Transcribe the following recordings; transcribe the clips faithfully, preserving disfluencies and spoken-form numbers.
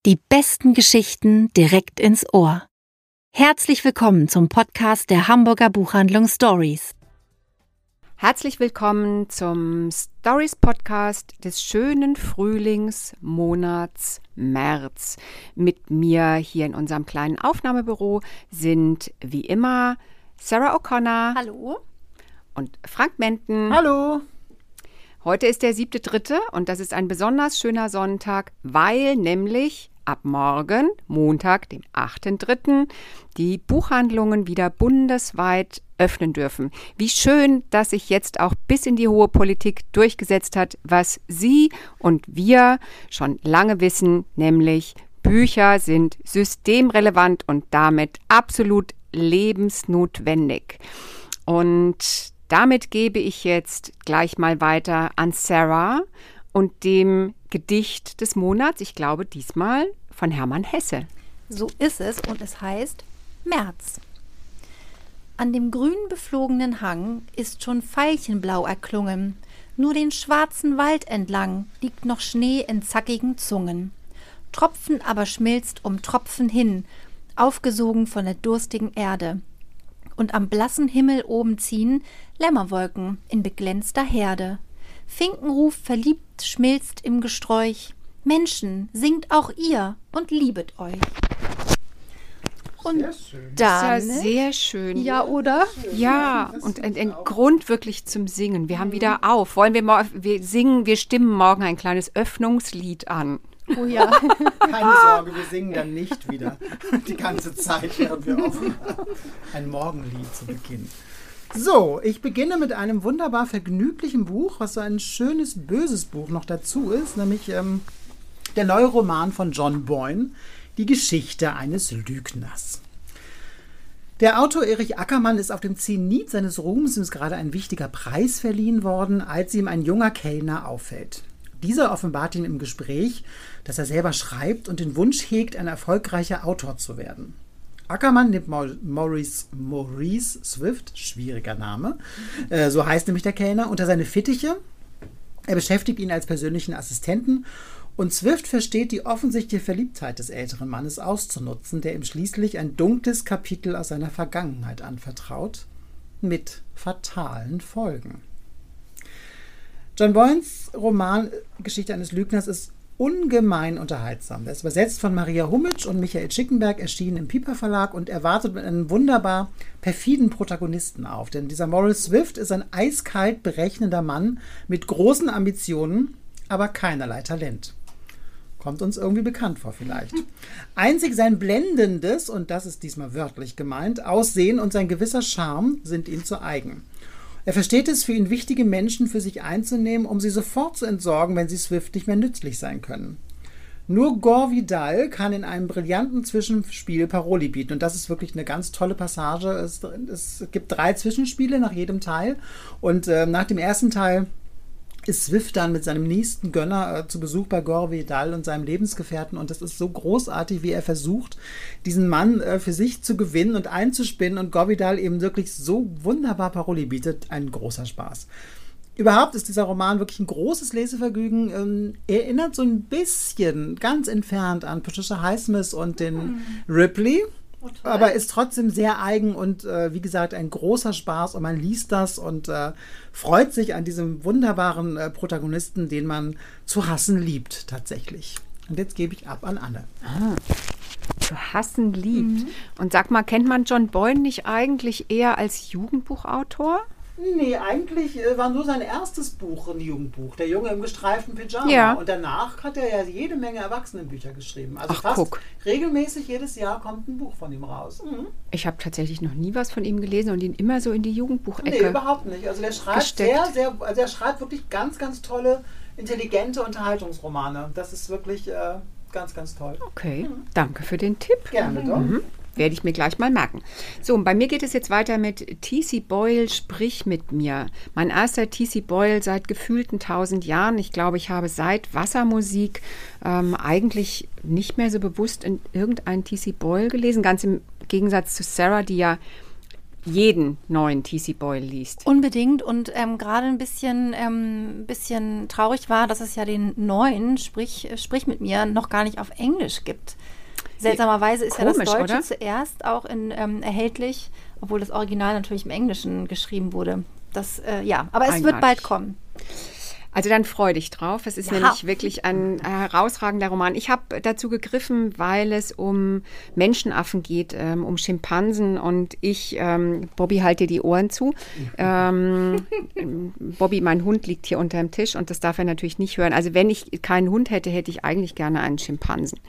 Die besten Geschichten direkt ins Ohr. Herzlich willkommen zum Podcast der Hamburger Buchhandlung Stories. Herzlich willkommen zum Stories-Podcast des schönen Frühlingsmonats März. Mit mir hier in unserem kleinen Aufnahmebüro sind wie immer Sarah O'Connor. Hallo. Und Frank Menten. Hallo. Heute ist der siebte Dritte und das ist ein besonders schöner Sonntag, weil nämlich ab morgen, Montag, dem achten Dritten, die Buchhandlungen wieder bundesweit öffnen dürfen. Wie schön, dass sich jetzt auch bis in die hohe Politik durchgesetzt hat, was Sie und wir schon lange wissen, nämlich Bücher sind systemrelevant und damit absolut lebensnotwendig. Und damit gebe ich jetzt gleich mal weiter an Sarah und dem Gedicht des Monats, ich glaube diesmal von Hermann Hesse. So ist es und es heißt März. An dem grün beflogenen Hang ist schon Veilchenblau erklungen, nur den schwarzen Wald entlang liegt noch Schnee in zackigen Zungen. Tropfen aber schmilzt um Tropfen hin, aufgesogen von der durstigen Erde. Und am blassen Himmel oben ziehen Lämmerwolken in beglänzter Herde. Finkenruf verliebt schmilzt im Gesträuch. Menschen, singt auch ihr und liebet euch. Und sehr schön. dann, Das ist ja sehr schön. Ja, oder? Ja, und ein, ein Grund wirklich zum Singen. Wir haben wieder auf. Wollen wir mal, wir singen, wir stimmen morgen ein kleines Öffnungslied an. Oh ja. Keine Sorge, wir singen dann nicht wieder die ganze Zeit, während wir offen haben. Ein Morgenlied zu Beginn. So, ich beginne mit einem wunderbar vergnüglichen Buch, was so ein schönes, böses Buch noch dazu ist, nämlich ähm, der neue Roman von John Boyne, Die Geschichte eines Lügners. Der Autor Erich Ackermann ist auf dem Zenit seines Ruhms, ihm ist gerade ein wichtiger Preis verliehen worden, als ihm ein junger Kellner auffällt. Dieser offenbart ihm im Gespräch, dass er selber schreibt und den Wunsch hegt, ein erfolgreicher Autor zu werden. Ackermann nimmt Maurice, Maurice Swift, schwieriger Name, äh, so heißt nämlich der Kellner, unter seine Fittiche. Er beschäftigt ihn als persönlichen Assistenten und Swift versteht die offensichtliche Verliebtheit des älteren Mannes auszunutzen, der ihm schließlich ein dunkles Kapitel aus seiner Vergangenheit anvertraut, mit fatalen Folgen. John Boynes Roman Geschichte eines Lügners ist ungemein unterhaltsam. Der ist übersetzt von Maria Humitsch und Michael Schickenberg, erschienen im Piper Verlag und erwartet mit einem wunderbar perfiden Protagonisten auf. Denn dieser Maurice Swift ist ein eiskalt berechnender Mann mit großen Ambitionen, aber keinerlei Talent. Kommt uns irgendwie bekannt vor vielleicht. Einzig sein blendendes, und das ist diesmal wörtlich gemeint, Aussehen und sein gewisser Charme sind ihm zu eigen. Er versteht es, für ihn wichtige Menschen für sich einzunehmen, um sie sofort zu entsorgen, wenn sie Swift nicht mehr nützlich sein können. Nur Gore Vidal kann in einem brillanten Zwischenspiel Paroli bieten. Und das ist wirklich eine ganz tolle Passage. Es, es gibt drei Zwischenspiele nach jedem Teil. Und äh, nach dem ersten Teil ist Swift dann mit seinem nächsten Gönner äh, zu Besuch bei Gore Vidal und seinem Lebensgefährten. Und das ist so großartig, wie er versucht, diesen Mann äh, für sich zu gewinnen und einzuspinnen. Und Gore Vidal eben wirklich so wunderbar Paroli bietet. Ein großer Spaß. Überhaupt ist dieser Roman wirklich ein großes Lesevergnügen. Ähm, erinnert so ein bisschen, ganz entfernt an Patricia Highsmith und den mhm. Ripley. Oh, aber ist trotzdem sehr eigen und äh, wie gesagt ein großer Spaß und man liest das und äh, freut sich an diesem wunderbaren äh, Protagonisten, den man zu hassen liebt tatsächlich. Und jetzt gebe ich ab an Anne. Ah, zu hassen liebt. Mhm. Und sag mal, kennt man John Boyne nicht eigentlich eher als Jugendbuchautor? Nee, eigentlich äh, war nur sein erstes Buch ein Jugendbuch, Der Junge im gestreiften Pyjama. Ja. Und danach hat er ja jede Menge Erwachsenenbücher geschrieben. Also Ach, fast guck. regelmäßig jedes Jahr kommt ein Buch von ihm raus. Mhm. Ich habe tatsächlich noch nie was von ihm gelesen und ihn immer so in die Jugendbuchecke Nee, überhaupt nicht. Also der schreibt gesteckt. sehr, sehr, also er schreibt wirklich ganz, ganz tolle, intelligente Unterhaltungsromane. Das ist wirklich äh, ganz, ganz toll. Okay, mhm. Danke für den Tipp. Gerne doch. Mhm. Werde ich mir gleich mal merken. So, und bei mir geht es jetzt weiter mit T C. Boyle, Sprich mit mir. Mein erster T C. Boyle seit gefühlten tausend Jahren. Ich glaube, ich habe seit Wassermusik ähm, eigentlich nicht mehr so bewusst in irgendeinen T C. Boyle gelesen. Ganz im Gegensatz zu Sarah, die ja jeden neuen T C. Boyle liest. Unbedingt und ähm, gerade ein bisschen, ähm, bisschen traurig war, dass es ja den neuen, sprich, sprich mit mir, noch gar nicht auf Englisch gibt. Seltsamerweise ist Komisch, ja das Deutsche oder? zuerst auch in, ähm, erhältlich, obwohl das Original natürlich im Englischen geschrieben wurde. Das, äh, ja, aber es Eigenartig. wird bald kommen. Also dann freu dich drauf. Es ist Ja. nämlich wirklich ein herausragender Roman. Ich habe dazu gegriffen, weil es um Menschenaffen geht, ähm, um Schimpansen und ich, ähm, Bobby, halt dir die Ohren zu. Ähm, Bobby, mein Hund, liegt hier unter dem Tisch und das darf er natürlich nicht hören. Also wenn ich keinen Hund hätte, hätte ich eigentlich gerne einen Schimpansen.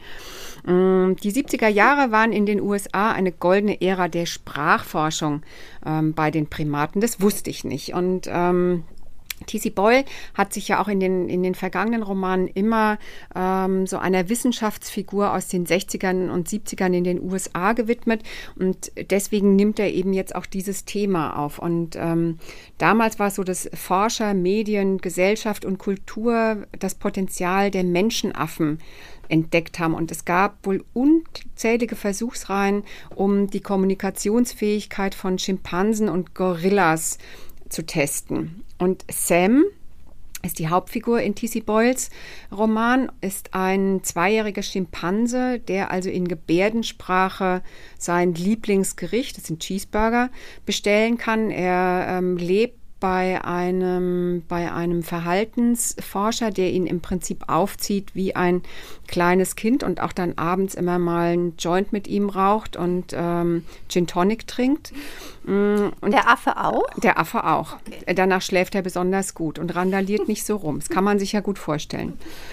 Ähm, die siebziger Jahre waren in den U S A eine goldene Ära der Sprachforschung ähm, bei den Primaten. Das wusste ich nicht. Und ähm, T C. Boyle hat sich ja auch in den, in den vergangenen Romanen immer ähm, so einer Wissenschaftsfigur aus den sechzigern und siebzigern in den U S A gewidmet und deswegen nimmt er eben jetzt auch dieses Thema auf. Und ähm, damals war es so, dass Forscher, Medien, Gesellschaft und Kultur das Potenzial der Menschenaffen entdeckt haben. Und es gab wohl unzählige Versuchsreihen, um die Kommunikationsfähigkeit von Schimpansen und Gorillas zu testen. Und Sam ist die Hauptfigur in T C. Boyles Roman, ist ein zweijähriger Schimpanse, der also in Gebärdensprache sein Lieblingsgericht, das sind Cheeseburger, bestellen kann. Er ähm, lebt bei einem, bei einem Verhaltensforscher, der ihn im Prinzip aufzieht wie ein kleines Kind und auch dann abends immer mal einen Joint mit ihm raucht und ähm, Gin Tonic trinkt. Und der Affe auch? Der Affe auch. Okay. Danach schläft er besonders gut und randaliert nicht so rum. Das kann man sich ja gut vorstellen.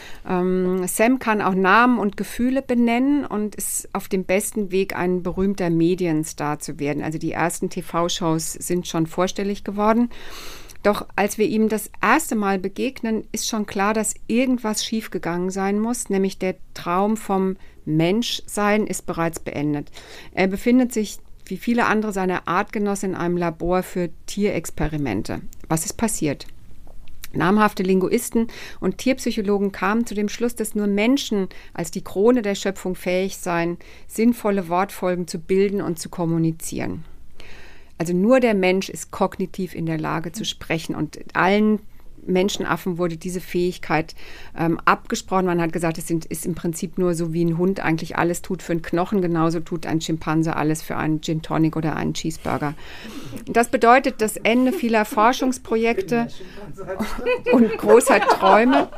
Ähm, Sam kann auch Namen und Gefühle benennen und ist auf dem besten Weg, ein berühmter Medienstar zu werden. Also die ersten T V-Shows sind schon vorstellig geworden. Doch als wir ihm das erste Mal begegnen, ist schon klar, dass irgendwas schiefgegangen sein muss, nämlich der Traum vom Menschsein ist bereits beendet. Er befindet sich wie viele andere seiner Artgenossen in einem Labor für Tierexperimente. Was ist passiert? Namhafte Linguisten und Tierpsychologen kamen zu dem Schluss, dass nur Menschen als die Krone der Schöpfung fähig seien, sinnvolle Wortfolgen zu bilden und zu kommunizieren. Also nur der Mensch ist kognitiv in der Lage zu sprechen und allen Menschenaffen wurde diese Fähigkeit ähm, abgesprochen. Man hat gesagt, es sind, ist im Prinzip nur so, wie ein Hund eigentlich alles tut für einen Knochen, genauso tut ein Schimpanse alles für einen Gin Tonic oder einen Cheeseburger. Das bedeutet das Ende vieler Forschungsprojekte und großer Träume.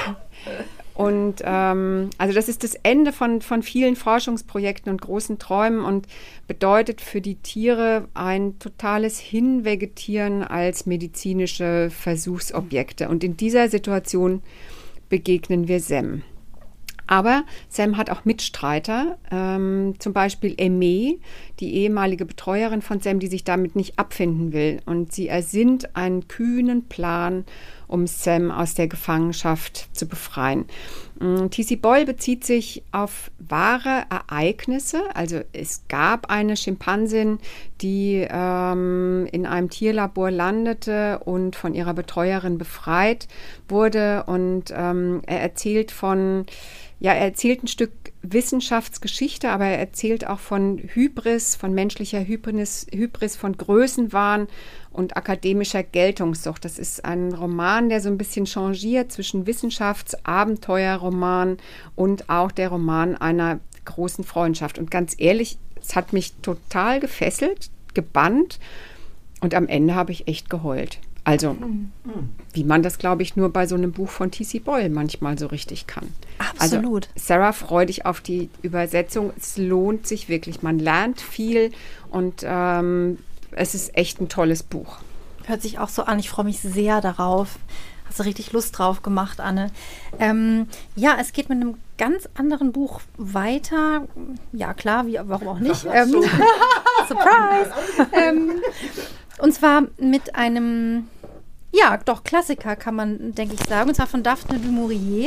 Und ähm, also das ist das Ende von, von vielen Forschungsprojekten und großen Träumen und bedeutet für die Tiere ein totales Hinvegetieren als medizinische Versuchsobjekte. Und in dieser Situation begegnen wir Sam. Aber Sam hat auch Mitstreiter, ähm, zum Beispiel Aimee, die ehemalige Betreuerin von Sam, die sich damit nicht abfinden will. Und sie ersinnt einen kühnen Plan, um Sam aus der Gefangenschaft zu befreien. T C. Boyle bezieht sich auf wahre Ereignisse. Also es gab eine Schimpansin, die ähm, in einem Tierlabor landete und von ihrer Betreuerin befreit wurde. Und ähm, er erzählt von, ja, er erzählt ein Stück Wissenschaftsgeschichte, aber er erzählt auch von Hybris, von menschlicher Hybris, Hybris, von Größenwahn und akademischer Geltungssucht. Das ist ein Roman, der so ein bisschen changiert zwischen Wissenschafts-Abenteuerroman und auch der Roman einer großen Freundschaft. Und ganz ehrlich, es hat mich total gefesselt, gebannt und am Ende habe ich echt geheult. Also, mhm. wie man das, glaube ich, nur bei so einem Buch von T C. Boyle manchmal so richtig kann. Absolut. Also, Sarah, freu dich auf die Übersetzung. Es lohnt sich wirklich. Man lernt viel und ähm, es ist echt ein tolles Buch. Hört sich auch so an. Ich freue mich sehr darauf. Hast du richtig Lust drauf gemacht, Anne. Ähm, ja, es geht mit einem ganz anderen Buch weiter. Ja, klar, wie, warum auch nicht. Ähm, Surprise! ähm, und zwar mit einem, ja, doch Klassiker kann man, denke ich, sagen. Und zwar von Daphne du Maurier,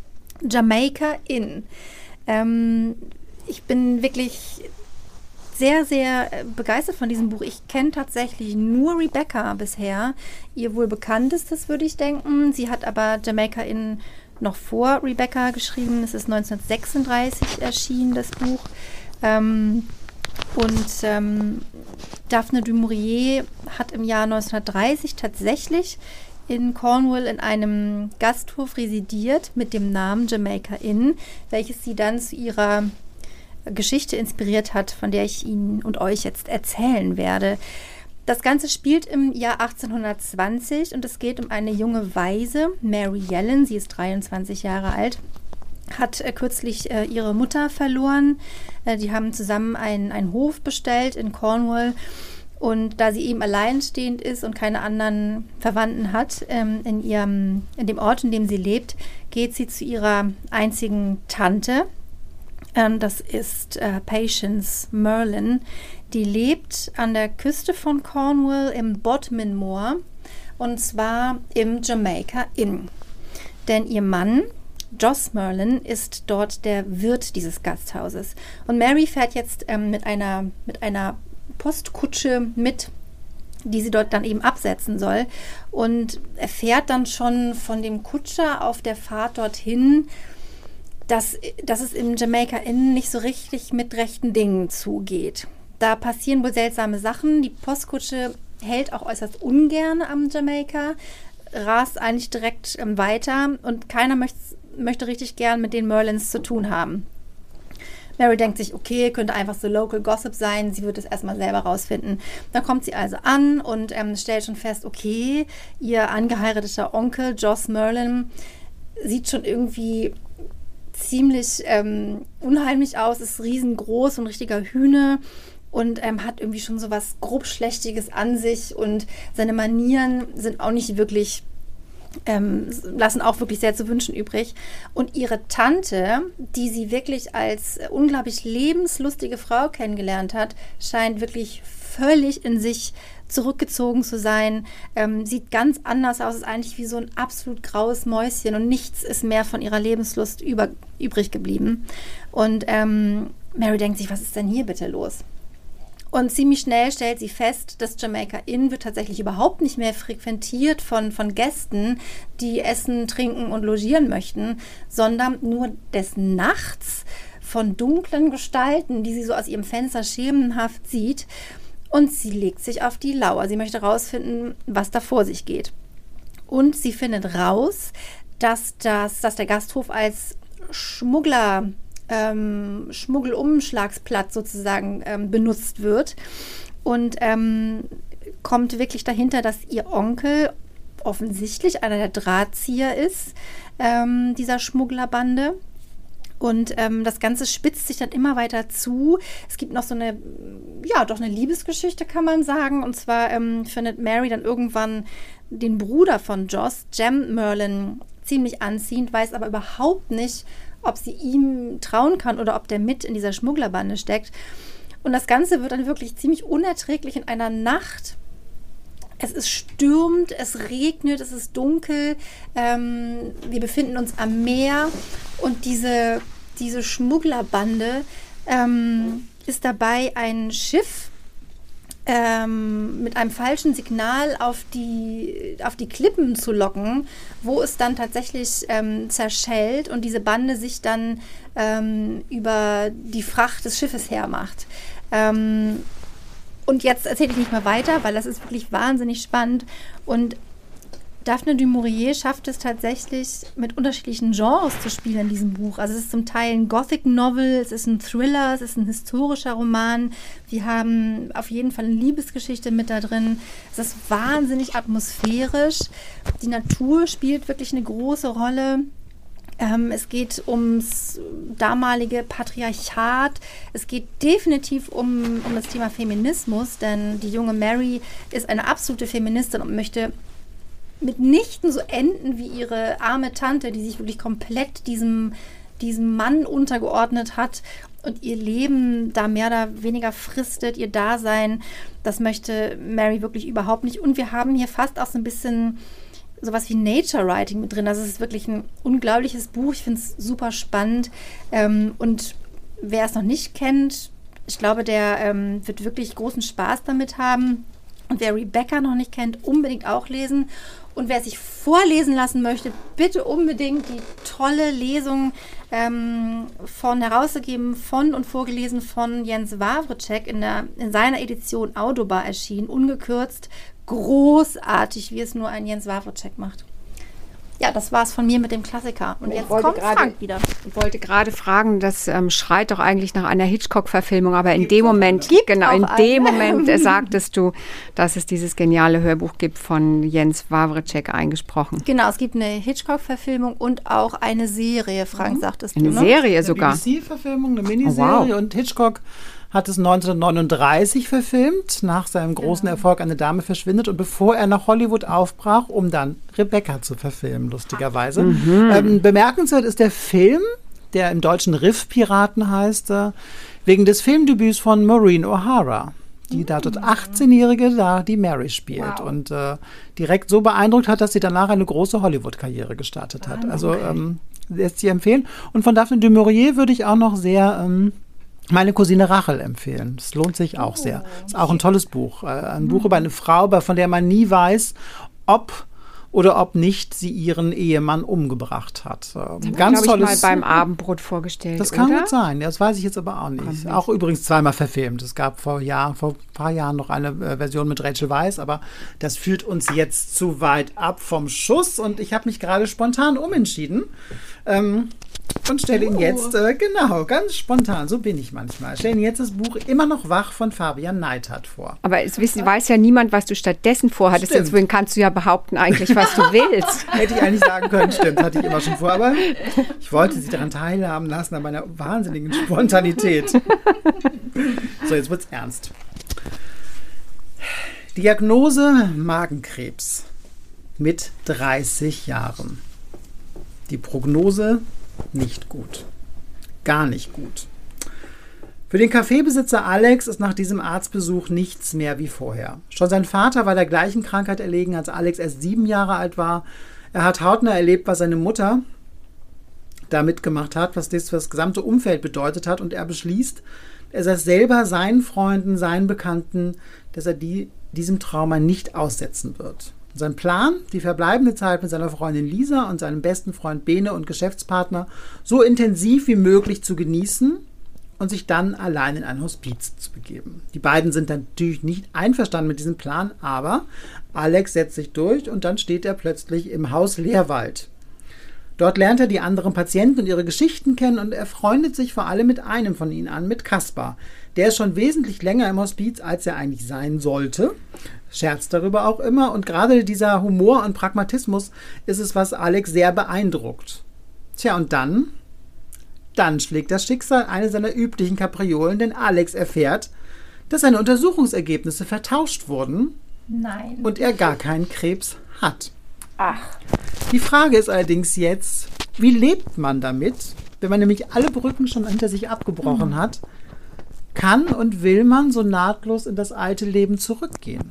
Jamaica Inn. Ähm, ich bin wirklich sehr, sehr begeistert von diesem Buch. Ich kenne tatsächlich nur Rebecca bisher. Ihr wohl bekanntestes, würde ich denken. Sie hat aber Jamaica Inn noch vor Rebecca geschrieben. Es ist neunzehnhundertsechsunddreißig erschienen, das Buch. Ähm, Und ähm, Daphne du Maurier hat im Jahr neunzehnhundertdreißig tatsächlich in Cornwall in einem Gasthof residiert mit dem Namen Jamaica Inn, welches sie dann zu ihrer Geschichte inspiriert hat, von der ich Ihnen und euch jetzt erzählen werde. Das Ganze spielt im Jahr achtzehnhundertzwanzig und es geht um eine junge Waise, Mary Yellen, sie ist dreiundzwanzig Jahre alt, hat äh, kürzlich äh, ihre Mutter verloren. Äh, die haben zusammen einen, einen Hof bestellt in Cornwall. Und da sie eben alleinstehend ist und keine anderen Verwandten hat, ähm, in, ihrem, in dem Ort, in dem sie lebt, geht sie zu ihrer einzigen Tante. Ähm, das ist äh, Patience Merlin. Die lebt an der Küste von Cornwall im Bodmin Moor und zwar im Jamaica Inn. Denn ihr Mann, Jos Merlin, ist dort der Wirt dieses Gasthauses. Und Mary fährt jetzt ähm, mit einer, mit einer Postkutsche mit, die sie dort dann eben absetzen soll und erfährt dann schon von dem Kutscher auf der Fahrt dorthin, dass, dass es im Jamaica Inn nicht so richtig mit rechten Dingen zugeht. Da passieren wohl seltsame Sachen. Die Postkutsche hält auch äußerst ungern am Jamaica, rast eigentlich direkt ähm, weiter und keiner möchte, möchte richtig gern mit den Merlins zu tun haben. Mary denkt sich, okay, könnte einfach so Local Gossip sein. Sie wird es erstmal selber rausfinden. Dann kommt sie also an und ähm, stellt schon fest, okay, ihr angeheirateter Onkel, Jos Merlin, sieht schon irgendwie ziemlich ähm, unheimlich aus, ist riesengroß und richtiger Hühne und ähm, hat irgendwie schon so was grobschlächtiges an sich und seine Manieren sind auch nicht wirklich Ähm, lassen auch wirklich sehr zu wünschen übrig. Und ihre Tante, die sie wirklich als unglaublich lebenslustige Frau kennengelernt hat, scheint wirklich völlig in sich zurückgezogen zu sein. Ähm, sieht ganz anders aus, ist eigentlich wie so ein absolut graues Mäuschen und nichts ist mehr von ihrer Lebenslust über, übrig geblieben. Und ähm, Mary denkt sich, was ist denn hier bitte los? Und ziemlich schnell stellt sie fest, das Jamaica Inn wird tatsächlich überhaupt nicht mehr frequentiert von, von Gästen, die essen, trinken und logieren möchten, sondern nur des Nachts von dunklen Gestalten, die sie so aus ihrem Fenster schemenhaft sieht. Und sie legt sich auf die Lauer. Sie möchte herausfinden, was da vor sich geht. Und sie findet raus, dass, das, dass der Gasthof als Schmuggler Ähm, Schmuggelumschlagsplatz sozusagen ähm, benutzt wird und ähm, kommt wirklich dahinter, dass ihr Onkel offensichtlich einer der Drahtzieher ist, ähm, dieser Schmugglerbande. Und ähm, das Ganze spitzt sich dann immer weiter zu. Es gibt noch so eine, ja, doch eine Liebesgeschichte, kann man sagen. Und zwar ähm, findet Mary dann irgendwann den Bruder von Jos, Jem Merlin, ziemlich anziehend, weiß aber überhaupt nicht, ob sie ihm trauen kann oder ob der mit in dieser Schmugglerbande steckt. Und das Ganze wird dann wirklich ziemlich unerträglich in einer Nacht. Es ist stürmt, es regnet, es ist dunkel. Ähm, wir befinden uns am Meer und diese, diese Schmugglerbande ähm, ist dabei, ein Schiff Ähm, mit einem falschen Signal auf die, auf die Klippen zu locken, wo es dann tatsächlich ähm, zerschellt und diese Bande sich dann ähm, über die Fracht des Schiffes hermacht. Ähm, und jetzt erzähle ich nicht mehr weiter, weil das ist wirklich wahnsinnig spannend. Und Daphne du Maurier schafft es tatsächlich, mit unterschiedlichen Genres zu spielen in diesem Buch. Also es ist zum Teil ein Gothic-Novel, es ist ein Thriller, es ist ein historischer Roman. Wir haben auf jeden Fall eine Liebesgeschichte mit da drin. Es ist wahnsinnig atmosphärisch. Die Natur spielt wirklich eine große Rolle. Ähm, es geht ums damalige Patriarchat. Es geht definitiv um, um das Thema Feminismus, denn die junge Mary ist eine absolute Feministin und möchte mitnichten so enden wie ihre arme Tante, die sich wirklich komplett diesem, diesem Mann untergeordnet hat und ihr Leben da mehr oder weniger fristet, ihr Dasein. Das möchte Mary wirklich überhaupt nicht. Und wir haben hier fast auch so ein bisschen sowas wie Nature Writing mit drin. Das ist wirklich ein unglaubliches Buch. Ich finde es super spannend. Ähm, und wer es noch nicht kennt, ich glaube, der ähm, wird wirklich großen Spaß damit haben. Und wer Rebecca noch nicht kennt, unbedingt auch lesen. Und wer sich vorlesen lassen möchte, bitte unbedingt die tolle Lesung ähm, von herausgegeben von und vorgelesen von Jens Wawrczeck in, der, in seiner Edition Audiobar erschienen, ungekürzt, großartig, wie es nur ein Jens Wawrczeck macht. Ja, das war's von mir mit dem Klassiker. Und Ich jetzt wollte kommt gerade- Frank wieder. Ich wollte gerade fragen, das ähm, schreit doch eigentlich nach einer Hitchcock-Verfilmung, aber in Gibt's dem auch Moment, eine. genau, in Auch dem eine. Moment äh, sagtest du, dass es dieses geniale Hörbuch gibt von Jens Wawrczeck eingesprochen. Genau, es gibt eine Hitchcock-Verfilmung und auch eine Serie, Frank, sagtest Eine du, ne? Serie Eine sogar. B B C-Verfilmung, eine Miniserie. Oh, wow. Und Hitchcock hat es neunzehnhundertneununddreißig verfilmt, nach seinem großen Erfolg Eine Dame verschwindet und bevor er nach Hollywood aufbrach, um dann Rebecca zu verfilmen, lustigerweise. Ähm, bemerkenswert ist der Film, der im Deutschen Riff-Piraten heißt, äh, wegen des Filmdebüts von Maureen O'Hara, die da dort achtzehnjährige da die Mary spielt Wow. und äh, direkt so beeindruckt hat, dass sie danach eine große Hollywood-Karriere gestartet hat. Also ähm, lässt sie empfehlen. Und von Daphne du Maurier würde ich auch noch sehr ähm, Meine Cousine Rachel empfehlen. Das lohnt sich auch sehr. Ist auch ein tolles Buch. Äh, ein Buch über eine Frau, bei- von der man nie weiß, ob oder ob nicht sie ihren Ehemann umgebracht hat. Ähm, ganz Glaube ich mal tolles. beim Abendbrot vorgestellt, Das kann oder? gut sein. Das weiß ich jetzt aber auch nicht. nicht. Auch übrigens zweimal verfilmt. Es gab vor Jahren, vor ein paar Jahren noch eine äh, Version mit Rachel Weisz, aber das führt uns jetzt zu weit ab vom Schuss und ich habe mich gerade spontan umentschieden. Ähm, und stelle ihn jetzt, äh, genau, ganz spontan, so bin ich manchmal, stelle ihn jetzt das Buch Immer noch wach von Fabian Neithardt vor. Aber es wiss, weiß ja niemand, was du stattdessen vorhattest. Stimmt. Deswegen kannst du ja behaupten eigentlich, was du willst. Hätte ich eigentlich sagen können, stimmt, hatte ich immer schon vor, aber ich wollte sie daran teilhaben lassen, an meiner wahnsinnigen Spontanität. So, jetzt wird's ernst. Diagnose Magenkrebs mit dreißig Jahren. Die Prognose nicht gut. Gar nicht gut. Für den Kaffeebesitzer Alex ist nach diesem Arztbesuch nichts mehr wie vorher. Schon sein Vater war der gleichen Krankheit erlegen, als Alex erst sieben Jahre alt war. Er hat hautnah erlebt, was seine Mutter da mitgemacht hat, was das für das gesamte Umfeld bedeutet hat. Und er beschließt, er sagt selber seinen Freunden, seinen Bekannten, dass er die, diesem Trauma nicht aussetzen wird. Sein Plan, die verbleibende Zeit mit seiner Freundin Lisa und seinem besten Freund Bene und Geschäftspartner so intensiv wie möglich zu genießen und sich dann allein in ein Hospiz zu begeben. Die beiden sind natürlich nicht einverstanden mit diesem Plan, aber Alex setzt sich durch und dann steht er plötzlich im Haus Leerwald. Dort lernt er die anderen Patienten und ihre Geschichten kennen und er freundet sich vor allem mit einem von ihnen an, mit Kaspar. Der ist schon wesentlich länger im Hospiz, als er eigentlich sein sollte. Scherzt darüber auch immer. Und gerade dieser Humor und Pragmatismus ist es, was Alex sehr beeindruckt. Tja, und dann, dann schlägt das Schicksal eine seiner üblichen Kapriolen, denn Alex erfährt, dass seine Untersuchungsergebnisse vertauscht wurden Nein. und er gar keinen Krebs hat. Ach. Die Frage ist allerdings jetzt, wie lebt man damit, wenn man nämlich alle Brücken schon hinter sich abgebrochen hat, kann und will man so nahtlos in das alte Leben zurückgehen?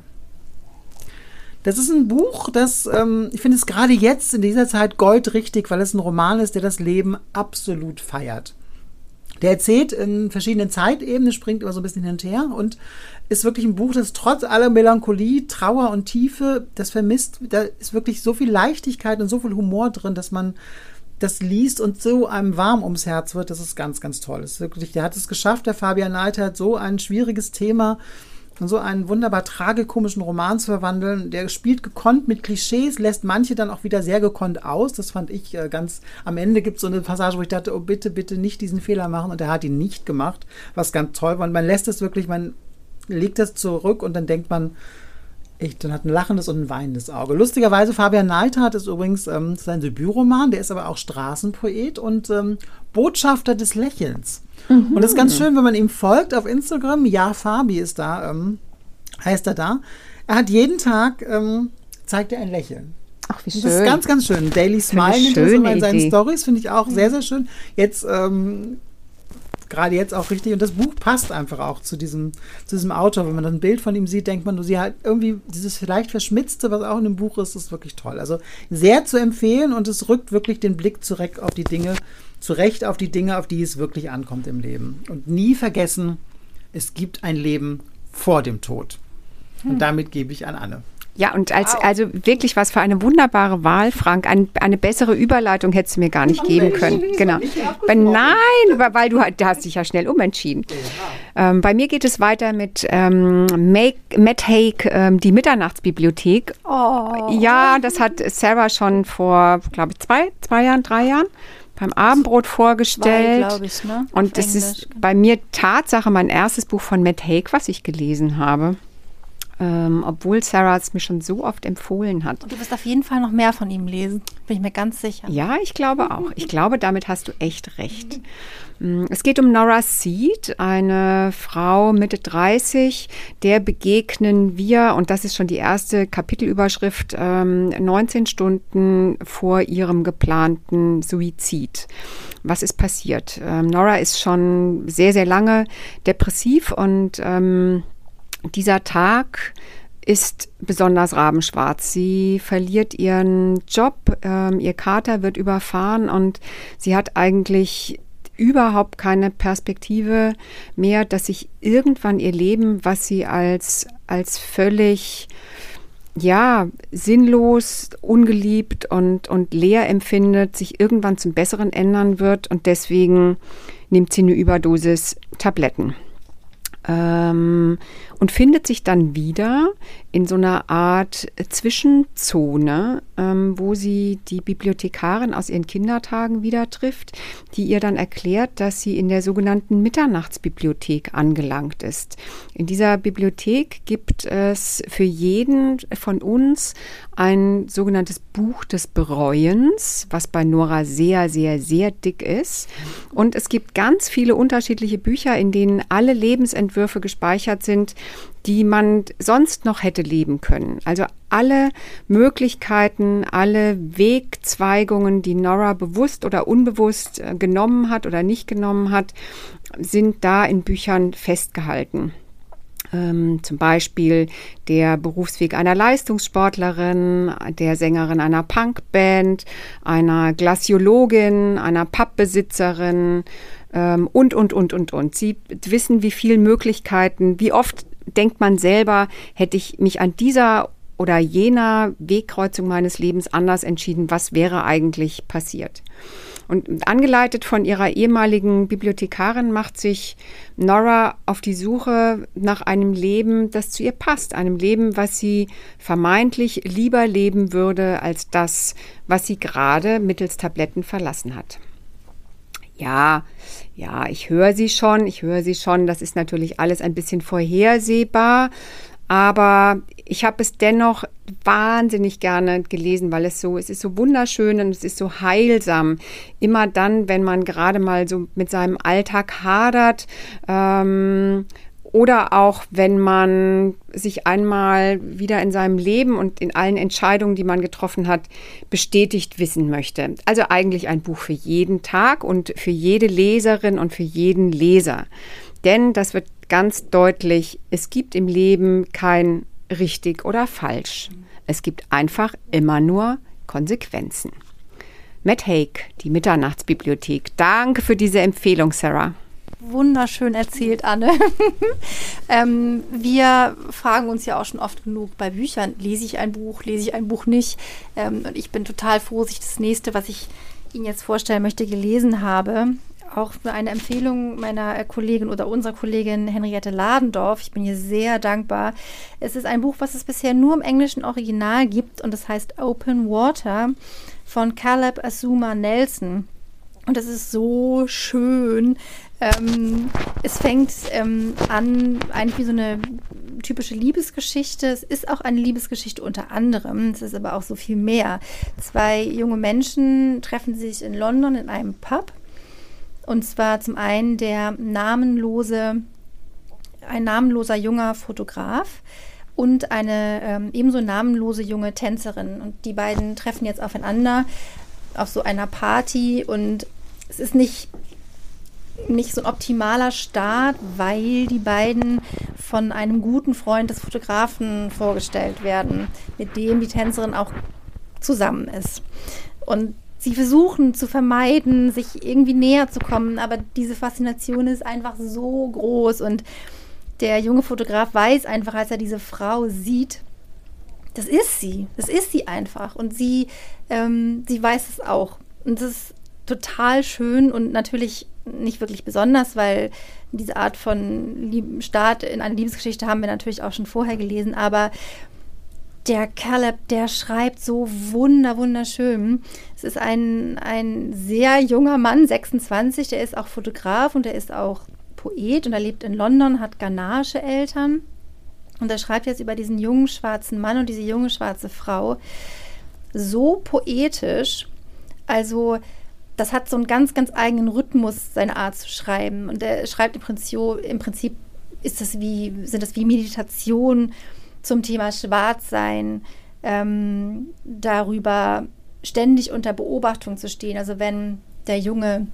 Das ist ein Buch, das, ähm, ich finde es gerade jetzt in dieser Zeit goldrichtig, weil es ein Roman ist, der das Leben absolut feiert. Der erzählt in verschiedenen Zeitebenen, springt immer so ein bisschen hin und her und ist wirklich ein Buch, das trotz aller Melancholie, Trauer und Tiefe, das vermisst, da ist wirklich so viel Leichtigkeit und so viel Humor drin, dass man das liest und so einem warm ums Herz wird. Das ist ganz, ganz toll. Das ist wirklich, der hat es geschafft, der Fabian Neithardt, so ein schwieriges Thema und so einen wunderbar tragikomischen Roman zu verwandeln. Der spielt gekonnt mit Klischees, lässt manche dann auch wieder sehr gekonnt aus. Das fand ich äh, ganz, am Ende gibt es so eine Passage, wo ich dachte, oh bitte, bitte nicht diesen Fehler machen. Und er hat ihn nicht gemacht, was ganz toll war. Und man lässt es wirklich, man legt das zurück und dann denkt man, ich, dann hat ein lachendes und ein weinendes Auge. Lustigerweise, Fabian Neithardt ist übrigens ähm, sein Debütroman, der ist aber auch Straßenpoet und ähm, Botschafter des Lächelns. Mhm. Und das ist ganz schön, wenn man ihm folgt auf Instagram, ja, Fabi ist da, ähm, heißt er da. Er hat jeden Tag, ähm, zeigt er ein Lächeln. Ach, wie schön. Das ist ganz, ganz schön. Daily Smile Finde ich nennt er es immer in seinen Idee. Stories, finde ich auch sehr, sehr schön. Jetzt, ähm, gerade jetzt auch richtig. Und das Buch passt einfach auch zu diesem, zu diesem Autor. Wenn man dann ein Bild von ihm sieht, denkt man, du sie halt irgendwie dieses vielleicht Verschmitzte, was auch in dem Buch ist, ist wirklich toll. Also sehr zu empfehlen und es rückt wirklich den Blick zurecht auf die Dinge, zurecht auf die Dinge, auf die es wirklich ankommt im Leben. Und nie vergessen, es gibt ein Leben vor dem Tod. Und damit gebe ich an Anne. Ja, und als, Wow. also wirklich was für eine wunderbare Wahl, Frank. Ein, eine bessere Überleitung hättest du mir gar nicht geben können. Genau. Bei, nein, weil du, du hast dich ja schnell umentschieden. Ähm, bei mir geht es weiter mit ähm, Make, Matt Haig, ähm, die Mitternachtsbibliothek. Oh. Ja, das hat Sarah schon vor, glaube ich, zwei, zwei Jahren, drei Jahren beim Abendbrot vorgestellt. glaube ich, ne? Und Auf das Englisch. ist bei mir Tatsache mein erstes Buch von Matt Haig, was ich gelesen habe. Ähm, obwohl Sarah es mir schon so oft empfohlen hat. Und du wirst auf jeden Fall noch mehr von ihm lesen. Bin ich mir ganz sicher. Ja, ich glaube auch. Ich glaube, damit hast du echt recht. Es geht um Nora Seed, eine Frau Mitte dreißig, der begegnen wir, und das ist schon die erste Kapitelüberschrift, ähm, neunzehn Stunden vor ihrem geplanten Suizid. Was ist passiert? Ähm, Nora ist schon sehr, sehr lange depressiv und ähm, dieser Tag ist besonders rabenschwarz. Sie verliert ihren Job, ähm, ihr Kater wird überfahren und sie hat eigentlich überhaupt keine Perspektive mehr, dass sich irgendwann ihr Leben, was sie als, als völlig ja, sinnlos, ungeliebt und, und leer empfindet, sich irgendwann zum Besseren ändern wird und deswegen nimmt sie eine Überdosis Tabletten. Ähm, und findet sich dann wieder in so einer Art Zwischenzone, ähm, wo sie die Bibliothekarin aus ihren Kindertagen wieder trifft, die ihr dann erklärt, dass sie in der sogenannten Mitternachtsbibliothek angelangt ist. In dieser Bibliothek gibt es für jeden von uns ein sogenanntes Buch des Bereuens, was bei Nora sehr, sehr, sehr dick ist. Und es gibt ganz viele unterschiedliche Bücher, in denen alle Lebensentwürfe gespeichert sind, die man sonst noch hätte leben können. Also alle Möglichkeiten, alle Wegzweigungen, die Nora bewusst oder unbewusst äh, genommen hat oder nicht genommen hat, sind da in Büchern festgehalten. Ähm, zum Beispiel der Berufsweg einer Leistungssportlerin, der Sängerin einer Punkband, einer Glaciologin, einer Pappbesitzerin ähm, und, und, und, und, und. Sie wissen, wie viele Möglichkeiten, wie oft denkt man selber, hätte ich mich an dieser oder jener Wegkreuzung meines Lebens anders entschieden, was wäre eigentlich passiert? Und angeleitet von ihrer ehemaligen Bibliothekarin macht sich Nora auf die Suche nach einem Leben, das zu ihr passt. Einem Leben, was sie vermeintlich lieber leben würde, als das, was sie gerade mittels Tabletten verlassen hat. Ja, ja, ich höre sie schon, ich höre sie schon. Das ist natürlich alles ein bisschen vorhersehbar. Aber ich habe es dennoch wahnsinnig gerne gelesen, weil es so, es ist so wunderschön und es ist so heilsam. Immer dann, wenn man gerade mal so mit seinem Alltag hadert, ähm, oder auch wenn man sich einmal wieder in seinem Leben und in allen Entscheidungen, die man getroffen hat, bestätigt wissen möchte. Also eigentlich ein Buch für jeden Tag und für jede Leserin und für jeden Leser. Denn das wird ganz deutlich, es gibt im Leben kein richtig oder falsch. Es gibt einfach immer nur Konsequenzen. Matt Haig, die Mitternachtsbibliothek. Danke für diese Empfehlung, Sarah. Wunderschön erzählt, Anne. ähm, wir fragen uns ja auch schon oft genug bei Büchern, lese ich ein Buch, lese ich ein Buch nicht? Ähm, und ich bin total froh, dass ich das nächste, was ich Ihnen jetzt vorstellen möchte, gelesen habe. Auch für eine Empfehlung meiner Kollegin oder unserer Kollegin Henriette Ladendorf. Ich bin ihr sehr dankbar. Es ist ein Buch, was es bisher nur im englischen Original gibt und es heißt Open Water von Caleb Azuma Nelson. Und das ist so schön. Ähm, es fängt ähm, an, eigentlich wie so eine typische Liebesgeschichte. Es ist auch eine Liebesgeschichte unter anderem. Es ist aber auch so viel mehr. Zwei junge Menschen treffen sich in London in einem Pub. Und zwar zum einen der namenlose, ein namenloser junger Fotograf und eine ähm, ebenso namenlose junge Tänzerin. Und die beiden treffen jetzt aufeinander auf so einer Party und es ist nicht, nicht so ein optimaler Start, weil die beiden von einem guten Freund des Fotografen vorgestellt werden, mit dem die Tänzerin auch zusammen ist. Und sie versuchen zu vermeiden, sich irgendwie näher zu kommen, aber diese Faszination ist einfach so groß und der junge Fotograf weiß einfach, als er diese Frau sieht, das ist sie. Das ist sie einfach. Und sie, ähm, sie weiß es auch. Und das ist total schön und natürlich nicht wirklich besonders, weil diese Art von Lieb- Start in eine Liebesgeschichte haben wir natürlich auch schon vorher gelesen. Aber der Caleb, der schreibt so wunder, wunderschön. Es ist ein, ein sehr junger Mann, sechsundzwanzig, der ist auch Fotograf und der ist auch Poet und er lebt in London, hat ghanaische Eltern. Und er schreibt jetzt über diesen jungen schwarzen Mann und diese junge schwarze Frau so poetisch. Also das hat so einen ganz, ganz eigenen Rhythmus, seine Art zu schreiben. Und er schreibt im Prinzip, im Prinzip ist das wie, sind das wie Meditation zum Thema Schwarzsein, ähm, darüber ständig unter Beobachtung zu stehen. Also wenn der junge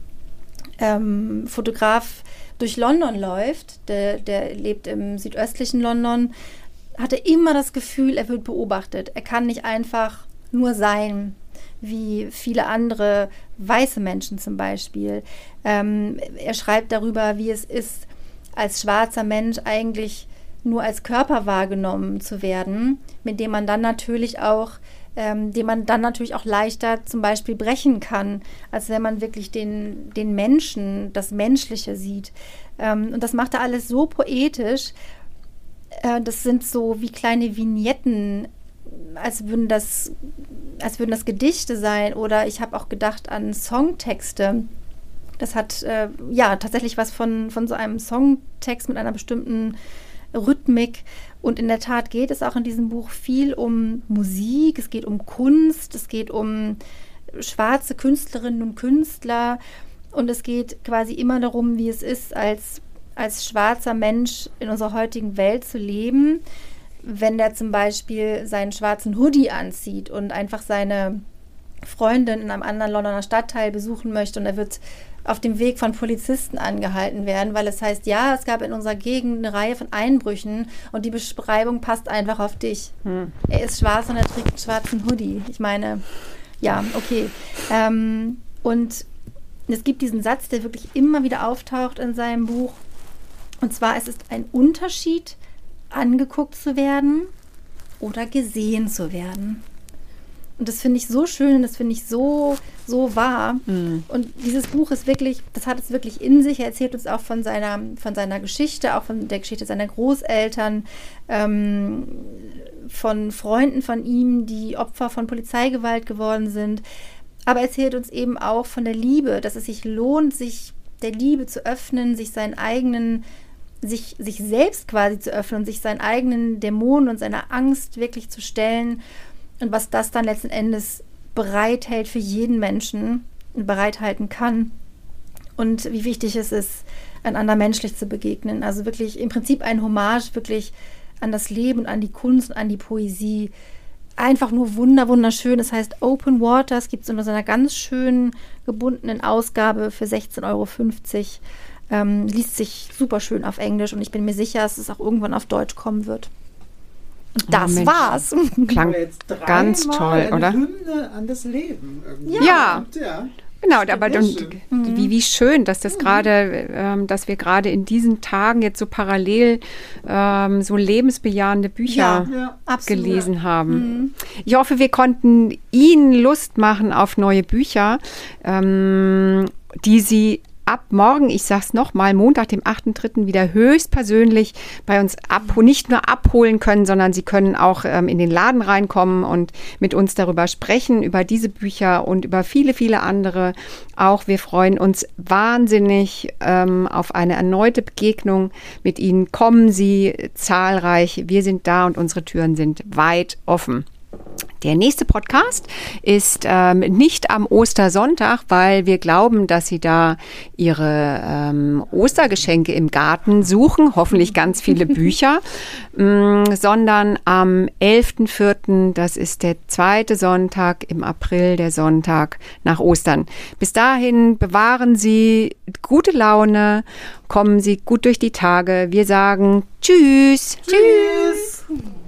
ähm, Fotograf durch London läuft, der, der lebt im südöstlichen London, hat er immer das Gefühl, er wird beobachtet. Er kann nicht einfach nur sein, wie viele andere weiße Menschen zum Beispiel. Ähm, er schreibt darüber, wie es ist, als schwarzer Mensch eigentlich nur als Körper wahrgenommen zu werden, mit dem man dann natürlich auch, ähm, den man dann natürlich auch leichter zum Beispiel brechen kann, als wenn man wirklich den, den Menschen, das Menschliche sieht. Ähm, und das macht er alles so poetisch. Äh, das sind so wie kleine Vignetten, als würden das, als würden das Gedichte sein. Oder ich habe auch gedacht an Songtexte. Das hat äh, ja tatsächlich was von, von so einem Songtext mit einer bestimmten Rhythmik. Und in der Tat geht es auch in diesem Buch viel um Musik, es geht um Kunst, es geht um schwarze Künstlerinnen und Künstler und es geht quasi immer darum, wie es ist, als, als schwarzer Mensch in unserer heutigen Welt zu leben, wenn der zum Beispiel seinen schwarzen Hoodie anzieht und einfach seine Freundin in einem anderen Londoner Stadtteil besuchen möchte und er wird auf dem Weg von Polizisten angehalten werden, weil es heißt, ja, es gab in unserer Gegend eine Reihe von Einbrüchen und die Beschreibung passt einfach auf dich. Hm. Er ist schwarz und er trägt einen schwarzen Hoodie. Ich meine, ja, okay. Ähm, und es gibt diesen Satz, der wirklich immer wieder auftaucht in seinem Buch. Und zwar, es ist ein Unterschied, angeguckt zu werden oder gesehen zu werden. Und das finde ich so schön und das finde ich so, so wahr. Mhm. Und dieses Buch ist wirklich, das hat es wirklich in sich. Er erzählt uns auch von seiner, von seiner Geschichte, auch von der Geschichte seiner Großeltern, ähm, von Freunden von ihm, die Opfer von Polizeigewalt geworden sind. Aber er erzählt uns eben auch von der Liebe, dass es sich lohnt, sich der Liebe zu öffnen, sich seinen eigenen, sich, sich selbst quasi zu öffnen und sich seinen eigenen Dämonen und seiner Angst wirklich zu stellen. Und was das dann letzten Endes bereithält für jeden Menschen und bereithalten kann. Und wie wichtig es ist, einander menschlich zu begegnen. Also wirklich im Prinzip ein Hommage wirklich an das Leben und an die Kunst und an die Poesie. Einfach nur wunder, wunderschön. Das heißt Open Water. Es gibt es in so einer ganz schönen gebundenen Ausgabe für sechzehn Euro fünfzig. Ähm, liest sich super schön auf Englisch und ich bin mir sicher, dass es auch irgendwann auf Deutsch kommen wird. Und das oh, war's. Klang ganz toll, eine oder? Hymne an das Leben. Irgendwie. Ja. ja. Genau, aber und, wie, wie schön, dass das mhm. gerade, ähm, dass wir gerade in diesen Tagen jetzt so parallel ähm, so lebensbejahende Bücher ja, ja, gelesen haben. Mhm. Ich hoffe, wir konnten Ihnen Lust machen auf neue Bücher, ähm, die Sie ab morgen, ich sag's nochmal, Montag, dem achten dritten wieder höchstpersönlich bei uns ab, nicht nur abholen können, sondern Sie können auch ähm, in den Laden reinkommen und mit uns darüber sprechen, über diese Bücher und über viele, viele andere. Auch wir freuen uns wahnsinnig ähm, auf eine erneute Begegnung mit Ihnen. Kommen Sie zahlreich. Wir sind da und unsere Türen sind weit offen. Der nächste Podcast ist ähm, nicht am Ostersonntag, weil wir glauben, dass Sie da Ihre ähm, Ostergeschenke im Garten suchen, hoffentlich ganz viele Bücher, mh, sondern am elften vierten, das ist der zweite Sonntag im April, der Sonntag nach Ostern. Bis dahin bewahren Sie gute Laune, kommen Sie gut durch die Tage. Wir sagen Tschüss. Tschüss.